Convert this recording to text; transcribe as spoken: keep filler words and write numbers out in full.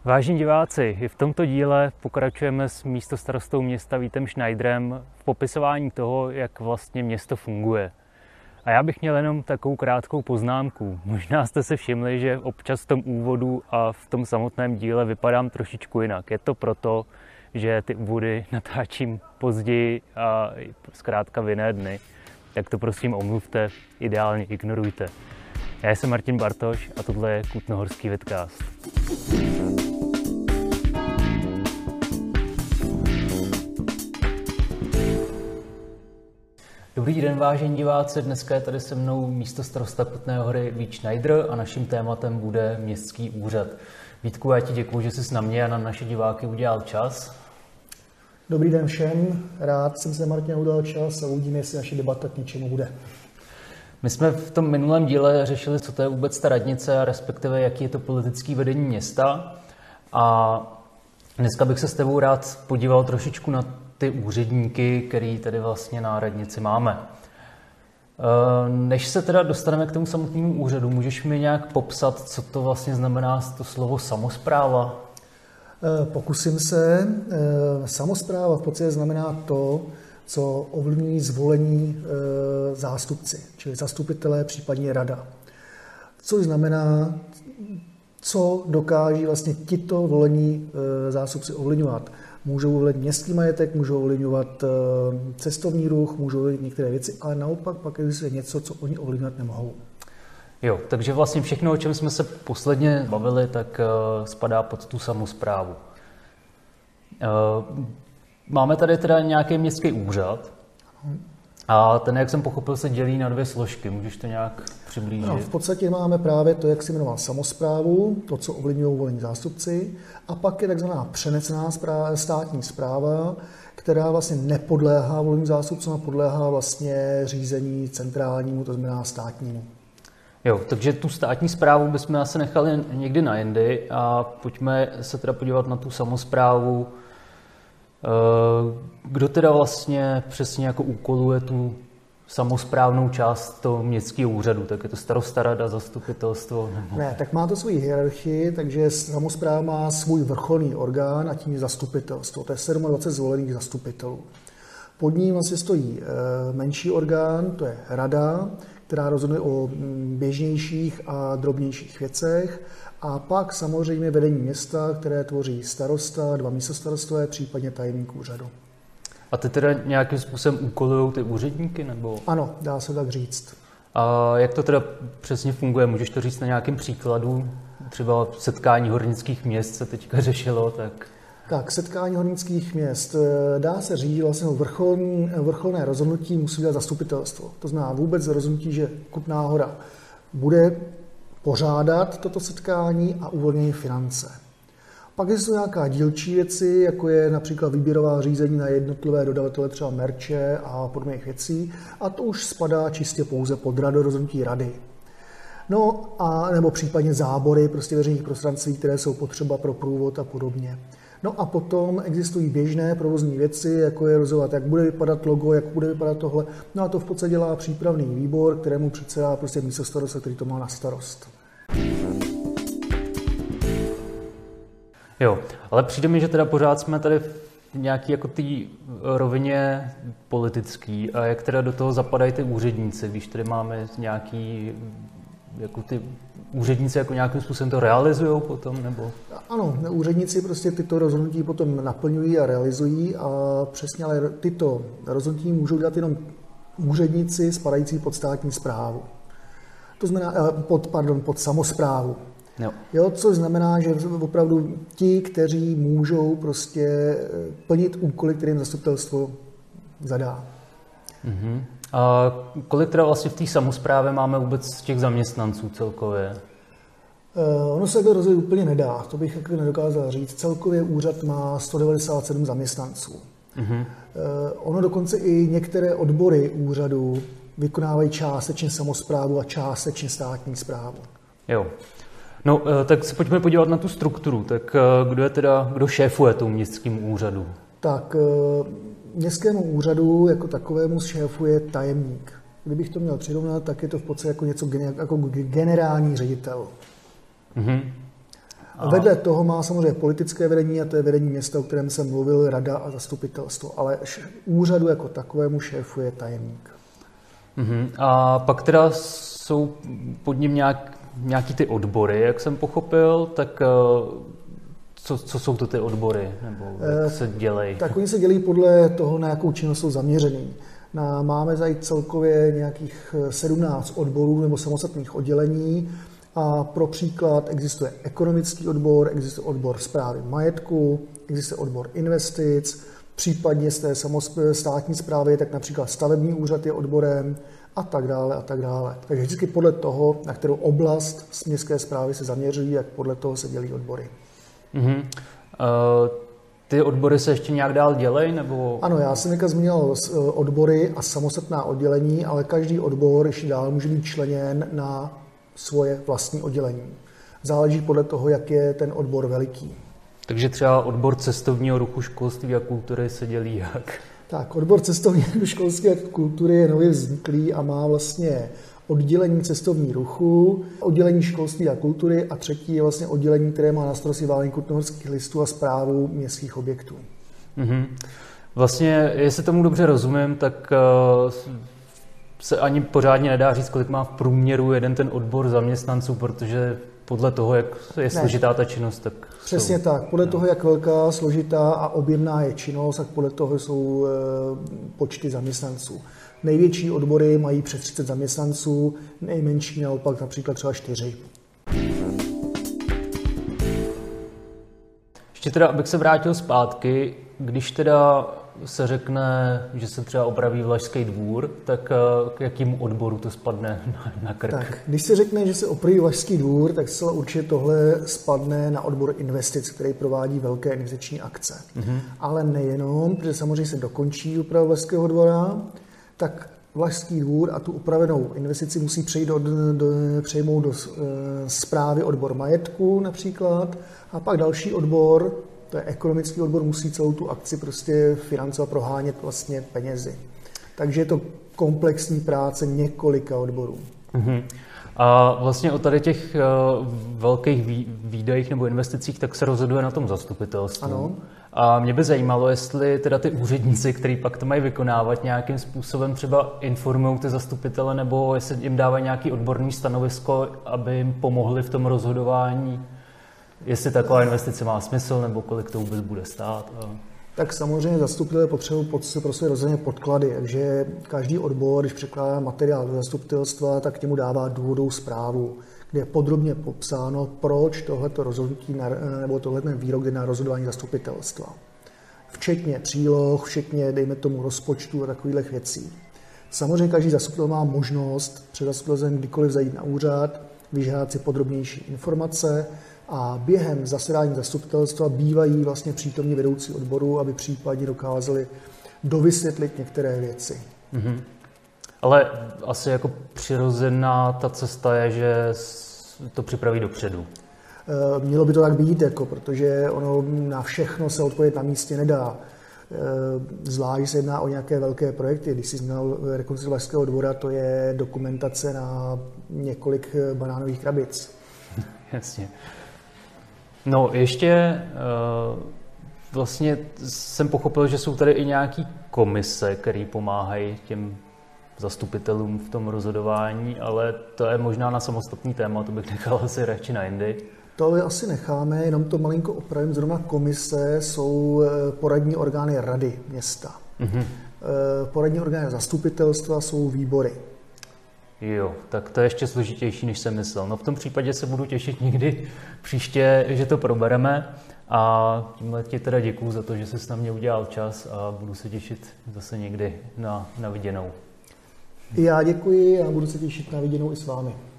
Vážení diváci, i v tomto díle pokračujeme s místostarostou města Vítem Schneiderem v popisování toho, jak vlastně město funguje. A já bych měl jenom takovou krátkou poznámku. Možná jste se všimli, že občas v tom úvodu a v tom samotném díle vypadám trošičku jinak. Je to proto, že ty úvody natáčím později a zkrátka v jiné dny. Tak to prosím omluvte, ideálně ignorujte. Já jsem Martin Bartoš a tohle je Kutnohorský vidcast. Dobrý den, vážení diváci, dneska je tady se mnou místostarosta Kutné Hory Vít Schneider a naším tématem bude městský úřad. Vítku, já ti děkuji, že jsi na mě a na naše diváky udělal čas. Dobrý den všem, rád jsem se Martina udělal čas a uvidíme, jestli naše debata k něčemu bude. My jsme v tom minulém díle řešili, co to je vůbec ta radnice a respektive jaký je to politický vedení města. A dneska bych se s tebou rád podíval trošičku na ty úředníky, který tady vlastně na radnici máme. Než se teda dostaneme k tomu samotnému úřadu, můžeš mi nějak popsat, co to vlastně znamená to slovo samospráva? Pokusím se. Samospráva v podstatě znamená to, co ovlivňují zvolení zástupci, čili zastupitelé, případně rada. Což znamená, co dokáží vlastně tito volení zástupci ovlivňovat. Můžou ovlivnit městský majetek, můžou ovlivňovat cestovní ruch, můžou ovlivnit některé věci, ale naopak pak existuje něco, co oni ovlivňovat nemohou. Jo, takže vlastně všechno, o čem jsme se posledně bavili, tak uh, spadá pod tu samosprávu. Uh, máme tady teda nějaký městský úřad a ten, jak jsem pochopil, se dělí na dvě složky. Můžeš to nějak přiblížit? No, v podstatě máme právě to, jak se jmenoval samosprávu, to, co ovlivňují volení zástupci, a pak je takzvaná přenesená správa, státní správa, která vlastně nepodléhá volení zástupcům a podléhá vlastně řízení centrálnímu, to znamená státnímu. Jo, takže tu státní správu bychom asi nechali někdy na jindy a pojďme se teda podívat na tu samosprávu. Kdo teda vlastně přesně jako úkoluje tu samosprávnou část toho městského úřadu? Tak je to starosta, rada, zastupitelstvo? Nebo... Ne, tak má to svoji hierarchii, takže samospráva má svůj vrcholný orgán a tím je zastupitelstvo. To je dvacet sedm zvolených zastupitelů. Pod ním vlastně stojí menší orgán, to je rada, která rozhoduje o běžnějších a drobnějších věcech. A pak samozřejmě vedení města, které tvoří starosta, dva místostarostové, případně tajemník úřadu. A ty teda nějakým způsobem úkolují ty úředníky, nebo? Ano, dá se tak říct. A jak to teda přesně funguje? Můžeš to říct na nějakém příkladu? Třeba setkání hornických měst se teďka řešilo, tak... Tak, setkání hornických měst. Dá se říct, vlastně vrcholní, vrcholné rozhodnutí musí dělat zastupitelstvo. To znamená vůbec rozhodnutí, že Kutná Hora bude pořádat toto setkání a uvolnění finance. Pak jsou nějaká dílčí věci, jako je například výběrová řízení na jednotlivé dodavatele, třeba merče a podobných věcí, a to už spadá čistě pouze pod radu, rozhodnutí rady. No a nebo případně zábory prostě veřejných prostranství, které jsou potřeba pro průvod a podobně. No a potom existují běžné provozní věci, jako je rozhodovat, jak bude vypadat logo, jak bude vypadat tohle. No a to v podstatě dělá přípravný výbor, kterému předsedá prostě místostarosta, který to má na starost. Jo, ale přijde mi, že teda pořád jsme tady v nějaký jako té rovině politický a jak teda do toho zapadají ty úředníci, když tady máme nějaký, jako ty úředníci jako nějakým způsobem to realizujou potom, nebo? Ano, úředníci prostě tyto rozhodnutí potom naplňují a realizují a přesně, ale tyto rozhodnutí můžou dělat jenom úředníci spadající pod státní správu. To znamená, pod, pardon, pod samosprávu. Jo. Jo, což znamená, že opravdu ti, kteří můžou prostě plnit úkoly, kterým zastupitelstvo zadá. Uh-huh. A kolik teda vlastně v té samosprávě máme vůbec těch zaměstnanců celkově? Uh, ono se takhle rozhodit úplně nedá, to bych takhle nedokázal říct. Celkově úřad má sto devadesát sedm zaměstnanců. Uh-huh. Uh, ono dokonce i některé odbory úřadu vykonávají částečně samosprávu a částečně státní správu. Jo. No, tak se pojďme podívat na tu strukturu. Tak kdo je teda, kdo šéfuje tomu městskému úřadu? Tak městskému úřadu jako takovému šéfuje tajemník. Kdybych to měl přirovnat, tak je to v podstatě jako něco jako generální ředitel. Mm-hmm. A vedle toho má samozřejmě politické vedení, a to je vedení města, o kterém jsem mluvil, rada a zastupitelstvo, ale úřadu jako takovému šéfuje tajemník. Uh-huh. A pak teda jsou pod ním nějak, nějaký ty odbory, jak jsem pochopil, tak co, co jsou to ty odbory, nebo jak se dělají? Tak oni se dělí podle toho, na jakou činnost jsou zaměřený. Na, máme zajít celkově nějakých sedmnáct odborů nebo samostatných oddělení a pro příklad existuje ekonomický odbor, existuje odbor správy majetku, existuje odbor investic, případně z té státní správy, tak například stavební úřad je odborem a tak dále a tak dále. Takže vždycky podle toho, na kterou oblast z městské správy se zaměřují, jak podle toho se dělí odbory. Mm-hmm. Uh, ty odbory se ještě nějak dál dělají? Nebo... Ano, já jsem někde zmínil odbory a samostatná oddělení, ale každý odbor ještě dál může být členěn na svoje vlastní oddělení. Záleží podle toho, jak je ten odbor veliký. Takže třeba odbor cestovního ruchu, školství a kultury se dělí jak? Tak, odbor cestovního ruchu, školství a kultury je nově vzniklý a má vlastně oddělení cestovní ruchu, oddělení školství a kultury a třetí je vlastně oddělení, které má na starosti vádění kulturnohorských listů a správu městských objektů. Mm-hmm. Vlastně, jestli tomu dobře rozumím, tak uh, se ani pořádně nedá říct, kolik má v průměru jeden ten odbor zaměstnanců, protože podle toho, jak je složitá ta činnost, tak Přesně jsou, tak. Podle no. toho, jak velká, složitá a objemná je činnost, tak podle toho jsou e, počty zaměstnanců. Největší odbory mají přes třicet zaměstnanců, nejmenší naopak například třeba čtyři. Ještě teda, abych se vrátil zpátky, když teda se řekne, že se třeba opraví Vlašský dvůr, tak k jakému odboru to spadne na, na krk? Tak, když se řekne, že se opraví Vlašský dvůr, tak zcela určitě tohle spadne na odbor investic, který provádí velké investiční akce. Mm-hmm. Ale nejenom, protože samozřejmě se dokončí úprava Vlašského dvora, tak Vlašský dvůr a tu upravenou investici musí přejít do, do, přejmout do e, správy odbor majetku například a pak další odbor, to je ekonomický odbor, musí celou tu akci prostě financovat, prohánět vlastně penězi. Takže je to komplexní práce několika odborů. Mm-hmm. A vlastně o tady těch uh, velkých vý, výdajích nebo investicích tak se rozhoduje na tom zastupitelstvu. Ano. A mě by zajímalo, jestli teda ty úředníci, kteří pak to mají vykonávat, nějakým způsobem třeba informují ty zastupitele, nebo jestli jim dávají nějaký odborný stanovisko, aby jim pomohli v tom rozhodování, jestli taková investice má smysl, nebo kolik to vůbec bude stát. A... Tak samozřejmě zastupitelé potřebují pro své rozhodně podklady, takže každý odbor, když překládá materiál do zastupitelstva, tak k němu dává důvodovou zprávu, kde je podrobně popsáno, proč tohleto rozhodnutí nebo tohle výrok jde na rozhodování zastupitelstva. Včetně příloh, včetně, dejme tomu, rozpočtu a takových věcí. Samozřejmě každý zastupitel má možnost před zastupitelstvem kdykoliv zajít na úřad, vyžádat si podrobnější informace a během zasedání zastupitelstva bývají vlastně přítomní vedoucí odboru, aby případně dokázali dovysvětlit některé věci. Mm-hmm. Ale asi jako přirozená ta cesta je, že to připraví dopředu. Mělo by to tak být, jako, protože ono na všechno se odpovědět na místě nedá. Zvlášť se jedná o nějaké velké projekty. Když jsi zmínil rekonstrukci Vlašského dvora, to je dokumentace na několik banánových krabic. Jasně. No, ještě vlastně jsem pochopil, že jsou tady i nějaké komise, které pomáhají těm zastupitelům v tom rozhodování, ale to je možná na samostatný téma, to bych nechal asi radši na jindy. To asi necháme, jenom to malinko opravím. Zrovna komise jsou poradní orgány rady města. Mm-hmm. Poradní orgány zastupitelstva jsou výbory. Jo, tak to je ještě složitější, než jsem myslel. No v tom případě se budu těšit někdy příště, že to probereme. A tímhle ti teda děkuju za to, že jsi na mě udělal čas a budu se těšit zase někdy na, na viděnou. Já děkuji a budu se těšit na viděnou i s vámi.